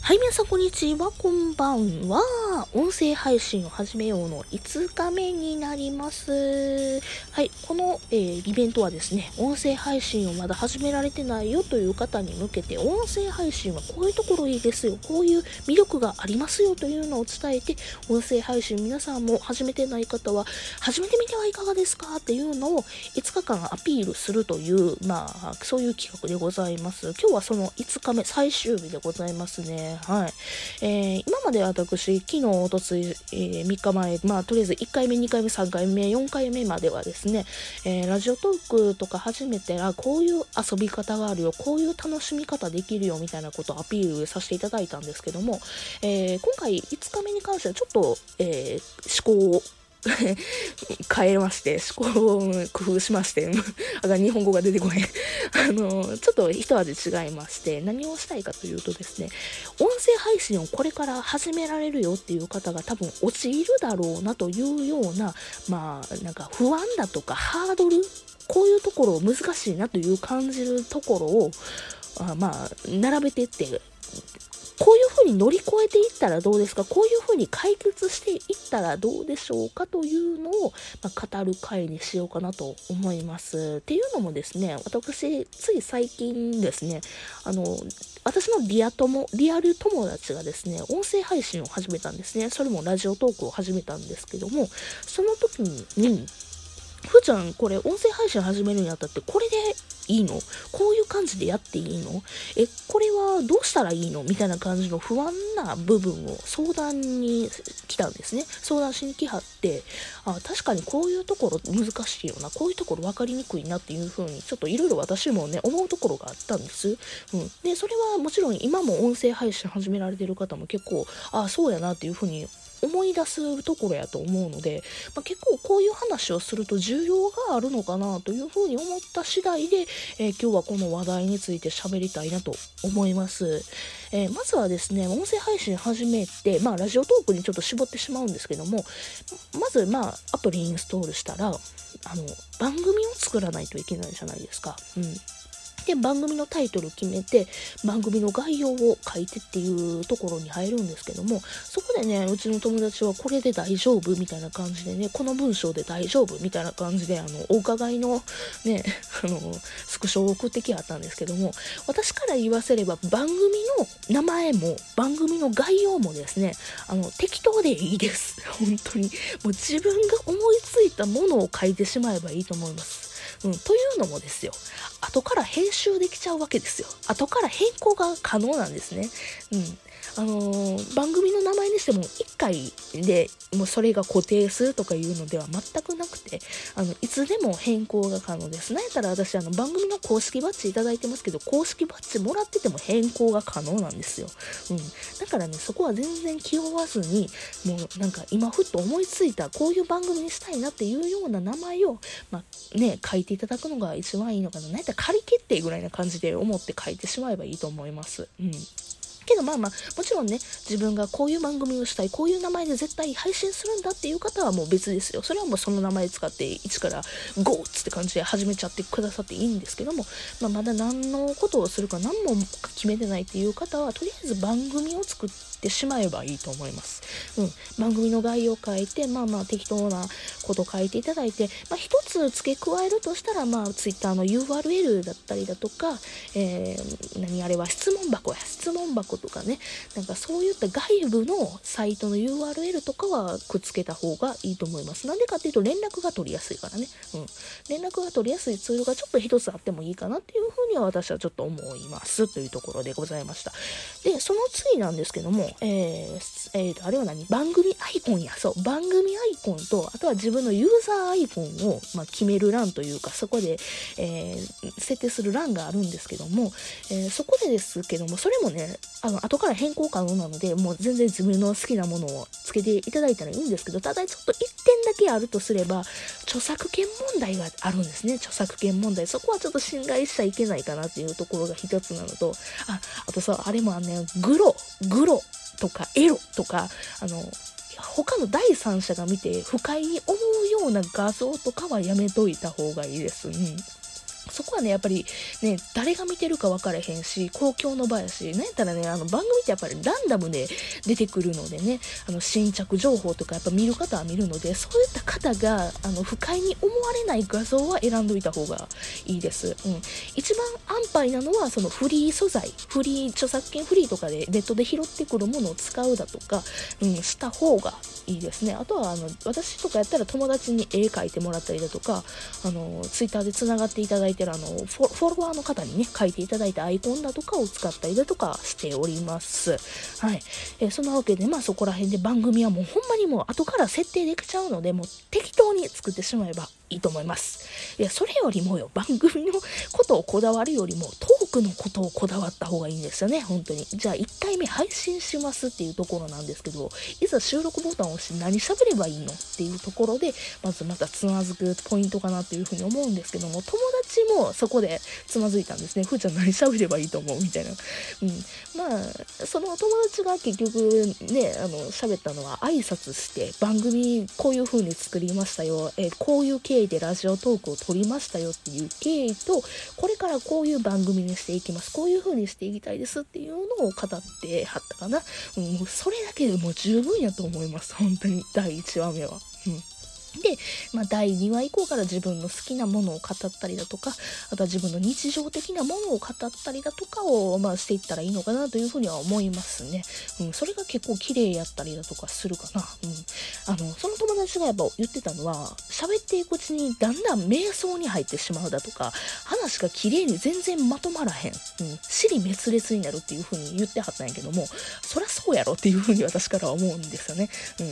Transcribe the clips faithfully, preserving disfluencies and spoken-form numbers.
はい、皆さんこんにちは、こんばんは。音声配信を始めようのいつかめになります。はい、この、えー、イベントはですね、音声配信をまだ始められてないよという方に向けて、音声配信はこういうところいいですよ、こういう魅力がありますよというのを伝えて、音声配信皆さんも始めてない方は、始めてみてはいかがですかっていうのをいつかかんアピールするという、まあ、そういう企画でございます。今日はそのいつかめ、最終日でございますね。はい。えー、今まで私、昨日、おとつい、えー、みっかまえ、まあ、とりあえずいっかいめ、にかいめ、さんかいめ、よんかいめまではですね、えー、ラジオトークとか始めてら、こういう遊び方があるよ、こういう楽しみ方できるよ、みたいなことをアピールさせていただいたんですけども、えー、今回いつかめに関してはちょっと、えー、思考を変えまして、思考を工夫しまして、あが日本語が出てこないあの、ちょっと一味違いまして、何をしたいかというとですね、音声配信をこれから始められるよっていう方が多分陥るだろうなというような、まあ、なんか不安だとかハードル、こういうところを難しいなという感じるところを、あまあ、並べていって、こういう風に乗り越えていったらどうですか、こういう風に解決していったらどうでしょうかというのを、まあ、語る回にしようかなと思います。っていうのもですね、私、つい最近ですね、あの、私のリア友、リアル友達がですね、音声配信を始めたんですね。それもラジオトークを始めたんですけども、その時に、ふーちゃん、これ音声配信始めるにあたってこれでいいの？こういう感じでやっていいの？え、これはどうしたらいいの？みたいな感じの不安な部分を相談に来たんですね。相談しに来はって、あ、確かにこういうところ難しいよな、こういうところ分かりにくいなっていう風に、ちょっといろいろ私もね、思うところがあったんです。うん。で、それはもちろん今も音声配信始められてる方も結構、あ、そうやなっていう風に思い出すところやと思うので、まあ、結構こういう話をすると重要があるのかなというふうに思った次第で、えー、今日はこの話題について喋りたいなと思います。えー、まずはですね、音声配信始めて、まあラジオトークにちょっと絞ってしまうんですけども、まずまあアプリインストールしたら、あの、番組を作らないといけないじゃないですか。うん。で、番組のタイトル決めて、番組の概要を書いてっていうところに入るんですけども、そこでね、うちの友達はこれで大丈夫みたいな感じでね、この文章で大丈夫みたいな感じで、あの、お伺いのね、あの、スクショを送ってきはったんですけども、私から言わせれば番組の名前も、番組の概要もですね、あの、適当でいいです。本当に。もう自分が思いついたものを書いてしまえばいいと思います。うん、というのもですよ、後から編集できちゃうわけですよ。後から変更が可能なんですね。うん。あのー、番組の名前にしてもいっかいでもうそれが固定するとかいうのでは全くなくて、あのいつでも変更が可能です。なんやったら私あの番組の公式バッジいただいてますけど、公式バッジもらってても変更が可能なんですよ。うん。だからね、そこは全然気負わずに、もうなんか今ふっと思いついたこういう番組にしたいなっていうような名前を、まあね、書いていただくのが一番いいのかな。なんやったら仮決定ぐらいな感じで思って書いてしまえばいいと思います。うん。けどまあまあ、もちろんね、自分がこういう番組をしたい、こういう名前で絶対配信するんだっていう方はもう別ですよ。それはもうその名前使って一からゴーッつって感じで始めちゃってくださっていいんですけども、まあ、まだ何のことをするか何も決めてないっていう方は、とりあえず番組を作ってしまえばいいと思います。うん。番組の概要を書いて、まあまあ適当なことを書いていただいて、まあ一つ付け加えるとしたら、まあツイッターの ユーアールエル だったりだとか、えー、何あれは質問箱や、質問箱とかね、なんかそういった外部のサイトの ユーアールエル とかはくっつけた方がいいと思います。なんでかっていうと連絡が取りやすいからね。うん。連絡が取りやすいツールがちょっと一つあってもいいかなっていうふうには私はちょっと思いますというところでございました。で、その次なんですけども、えー、えーと、あれは何？番組アイコンや。そう。番組アイコンと、あとは自分のユーザーアイコンを、まあ、決める欄というか、そこで、えー、設定する欄があるんですけども、えー、そこでですけども、それもね、あの、後から変更可能なので、もう全然自分の好きなものをつけていただいたらいいんですけど、ただちょっと一点だけあるとすれば、著作権問題があるんですね。著作権問題。そこはちょっと侵害しちゃいけないかなっていうところが一つなのと、あ、あとさ、あれもあんね、グロ、グロとかエロとか、あの、他の第三者が見て不快に思うような画像とかはやめといた方がいいです。うん。 そこはねやっぱりね誰が見てるか分からへんし公共の場やし、なんやったらねあの番組ってやっぱりランダムで出てくるのでね、あの新着情報とかやっぱ見る方は見るので、そういった方があの不快に思われない画像は選んどいた方がいいです。うん、一番安牌なのはそのフリー素材、フリー著作権フリーとかでネットで拾ってくるものを使うだとか、うん、した方がいいですね。あとはあの私とかやったら友達に絵描いてもらったりだとか、あのツイッターでつながっていただいてるあのフォ、フォロワーの方にね書いていただいたアイコンだとかを使ったりだとかしております。はい、えー、そんなわけでまあそこら辺で番組はもうほんまにもう後から設定できちゃうので、もう適当に作ってしまえばいいと思います。いやそれよりもよ、番組のことをこだわるよりもトークのことをこだわった方がいいんですよね、本当に。じゃあいっかいめ配信しますっていうところなんですけど、いざ収録ボタンを押して何喋ればいいのっていうところでまずまたつまずくポイントかなっていうふうに思うんですけども、友達もそこでつまずいたんですね。ふーちゃん何喋ればいいと思うみたいな。うん、まあその友達が結局ねあの喋ったのは挨拶して番組こういう風に作りましたよ、えこういう経緯でラジオトークを撮りましたよっていう経緯と、これからこういう番組にしていきます、こういう風にしていきたいですっていうのを語ってはったかな。うん、もうそれだけでもう十分やと思います、本当にだいいちわめは。うんで、まあ、だいにわ以降から自分の好きなものを語ったりだとか、あとは自分の日常的なものを語ったりだとかを、まあ、していったらいいのかなというふうには思いますね。うん、それが結構綺麗やったりだとかするかな。うん、あのその友達がやっぱ言ってたのは、喋っていくうちにだんだん瞑想に入ってしまうだとか、話が綺麗に全然まとまらへん、うん、尻滅裂になるっていうふうに言ってはったんやけども、そりゃそうやろっていうふうに私からは思うんですよね。うん、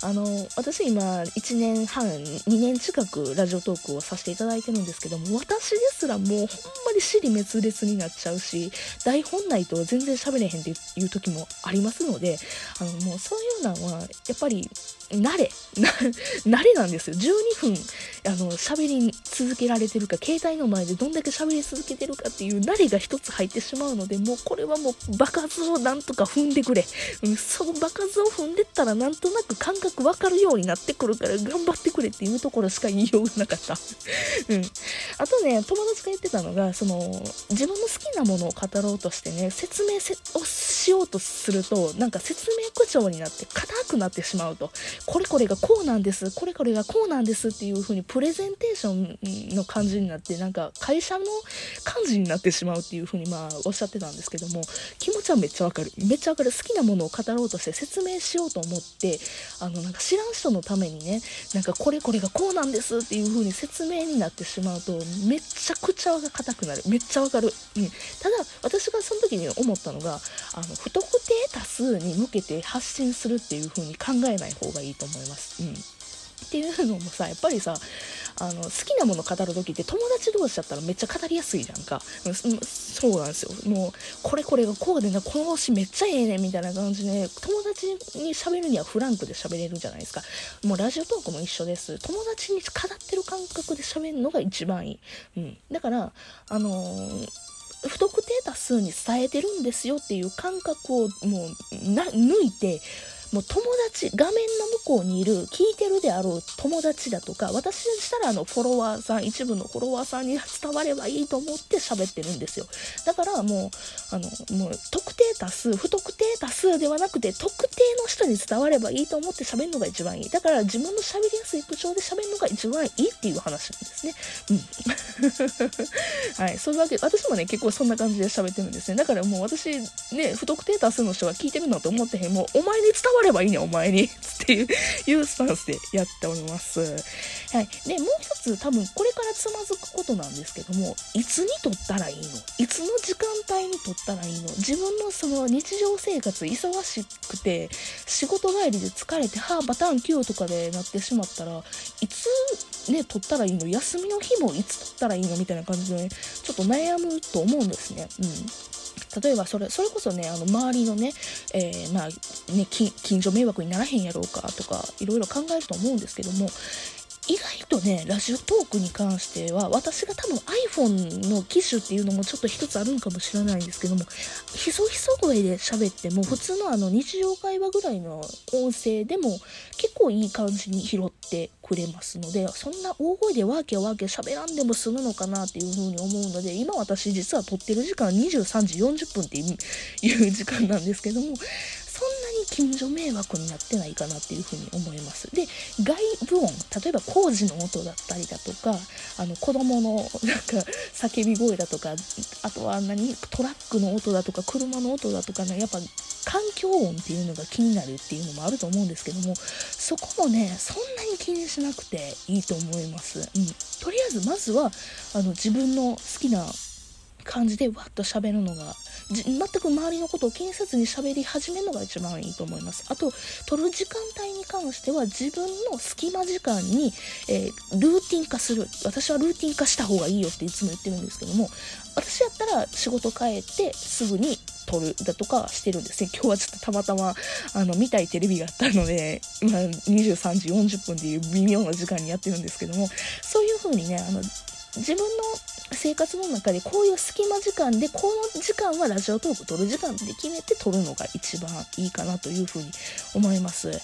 あの私今いちねんはんにねん近くラジオトークをさせていただいてるんですけども、私ですらもうほんまに尻滅裂になっちゃうし、台本ないと全然喋れへんっていう時もありますので、あのもうそういうのはやっぱり慣れ慣れなんですよ。じゅうにふんあの喋り続けられてるか、携帯の前でどんだけ喋り続けてるかっていう慣れが一つ入ってしまうので、もうこれはもう場数をなんとか踏んでくれ、うん、その場数を踏んでったらなんとなく感覚わかるようになってくるから頑張ってくれっていうところしか言いようがなかった、うん、あとね友達が言ってたのが、その自分の好きなものを語ろうとしてね説明せをしようとすると、なんか説明口調になって硬くなってしまうと、これこれがこうなんです、これこれがこうなんですっていう風にプレゼンテーションの感じになって、なんか会社の感じになってしまうっていう風にまあおっしゃってたんですけども、気持ちはめっちゃわかる、めっちゃわかる。好きなものを語ろうとして説明しようと思って、あのなんか知らん人のためにね、なんかこれこれがこうなんですっていう風に説明になってしまうと、めっちゃくちゃが硬くなる。めっちゃわかる。うん、ただ私がその時に思ったのが、あの不特定多数に向けて発信するっていう風に考えない方がいいと思います。うん、っていうのもさ、やっぱりさ、あの好きなものを語る時って友達同士だったらめっちゃ語りやすいじゃんか。そうなんですよ。もうこれこれがこうでな、この推しめっちゃええねんみたいな感じで友達に喋るにはフランクで喋れるじゃないですか。もうラジオトークも一緒です。友達に語ってる感覚で喋るのが一番いい。うん、だからあのー不特定多数に伝えてるんですよっていう感覚をもうな抜いて、もう友達、画面の向こうにいる聞いてるであろう友達だとか、私にしたらあのフォロワーさん、一部のフォロワーさんに伝わればいいと思って喋ってるんですよ。だからもうあのもう特定多数、不特定多数ではなくて特定の人に伝わればいいと思って喋るのが一番いい。だから自分の喋りやすい口調で喋るのが一番いいっていう話なんですね。うん、はい、そういうわけで私もね結構そんな感じで喋ってるんですね。だからもう私ね、不特定多数の人が聞いてるのと思ってへん、もうお前に伝わればいいね、お前にっていういうスタンスでやっております。はい、でもう一つ多分これからつまずくことなんですけども、いつに撮ったらいいの、いつの時間帯に撮ったらいいの、自分のその日常生活忙しくて仕事帰りで疲れてはあバターンきゅうとかでなってしまったら、いつね撮ったらいいの、休みの日もいつ撮ったらいいのみたいな感じで、ね、ちょっと悩むと思うんですね。うん、例えばそれそれこそね、あの周りのね、えー、まあね近所迷惑にならへんやろうかとかいろいろ考えると思うんですけども、 意外とねラジオトークに関しては私が多分 iPhone の機種っていうのもちょっと一つあるんかもしれないんですけども、ひそひそ声で喋っても普通のあの日常会話ぐらいの音声でも結構いい感じに拾ってくれますので、そんな大声でワーキャワーキャ喋らんでも済むのかなっていう風に思うので、今私実は撮ってる時間にじゅうさんじよんじゅっぷんっていう時間なんですけども、そんなに近所迷惑になってないかなっていうふうに思います。で、外部音、例えば工事の音だったりだとか、あの子供のなんか叫び声だとか、あとは何トラックの音だとか車の音だとかね、やっぱ環境音っていうのが気になるっていうのもあると思うんですけども、そこもねそんなに気にしなくていいと思います。うん、とりあえずまずはあの自分の好きな感じでわっと喋るのが、全く周りのことを気にせずに喋り始めるのが一番いいと思います。あと撮る時間帯に関しては自分の隙間時間に、えー、ルーティン化する。私はルーティン化した方がいいよっていつも言ってるんですけども、私やったら仕事帰ってすぐに撮るだとかしてるんですね。今日はちょっとたまたまあの見たいテレビがあったので今にじゅうさんじよんじゅっぷんっていう微妙な時間にやってるんですけども、そういう風にね、あの自分の生活の中でこういう隙間時間でこの時間はラジオトーク撮る時間で決めて撮るのが一番いいかなというふうに思います。はい。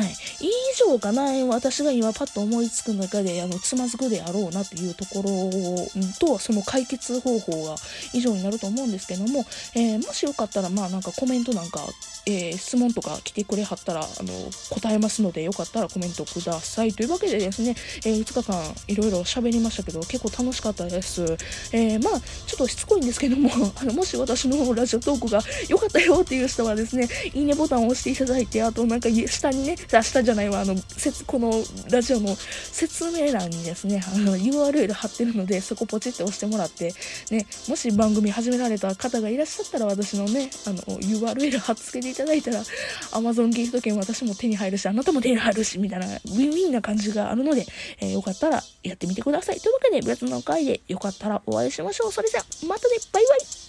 以上かな、私が今パッと思いつく中であのつまずくであろうなというところと、その解決方法が以上になると思うんですけども、えー、もしよかったらまあなんかコメントなんか、えー、質問とか来てくれはったらあの答えますので、よかったらコメントください。というわけでですね、えー、いつかかんいろいろ喋りましたけど結構楽しかったです。えー、まあちょっとしつこいんですけども、あのもし私のラジオトークが良かったよっていう人はですね、いいねボタンを押していただいて、あとなんか下にね、あ下じゃないわ、あのこのラジオの説明欄にですね、あの ユーアールエル 貼ってるので、そこポチって押してもらってね、もし番組始められた方がいらっしゃったら私のね、あの ユーアールエル 貼っつけていただいたら Amazon ギフト券私も手に入るし、あなたも手に入るしみたいなウィンウィンな感じがあるので、えー、よかったらやってみてください。というわけで別の回でよかったらお会いしましょう。それじゃまたね、バイバイ。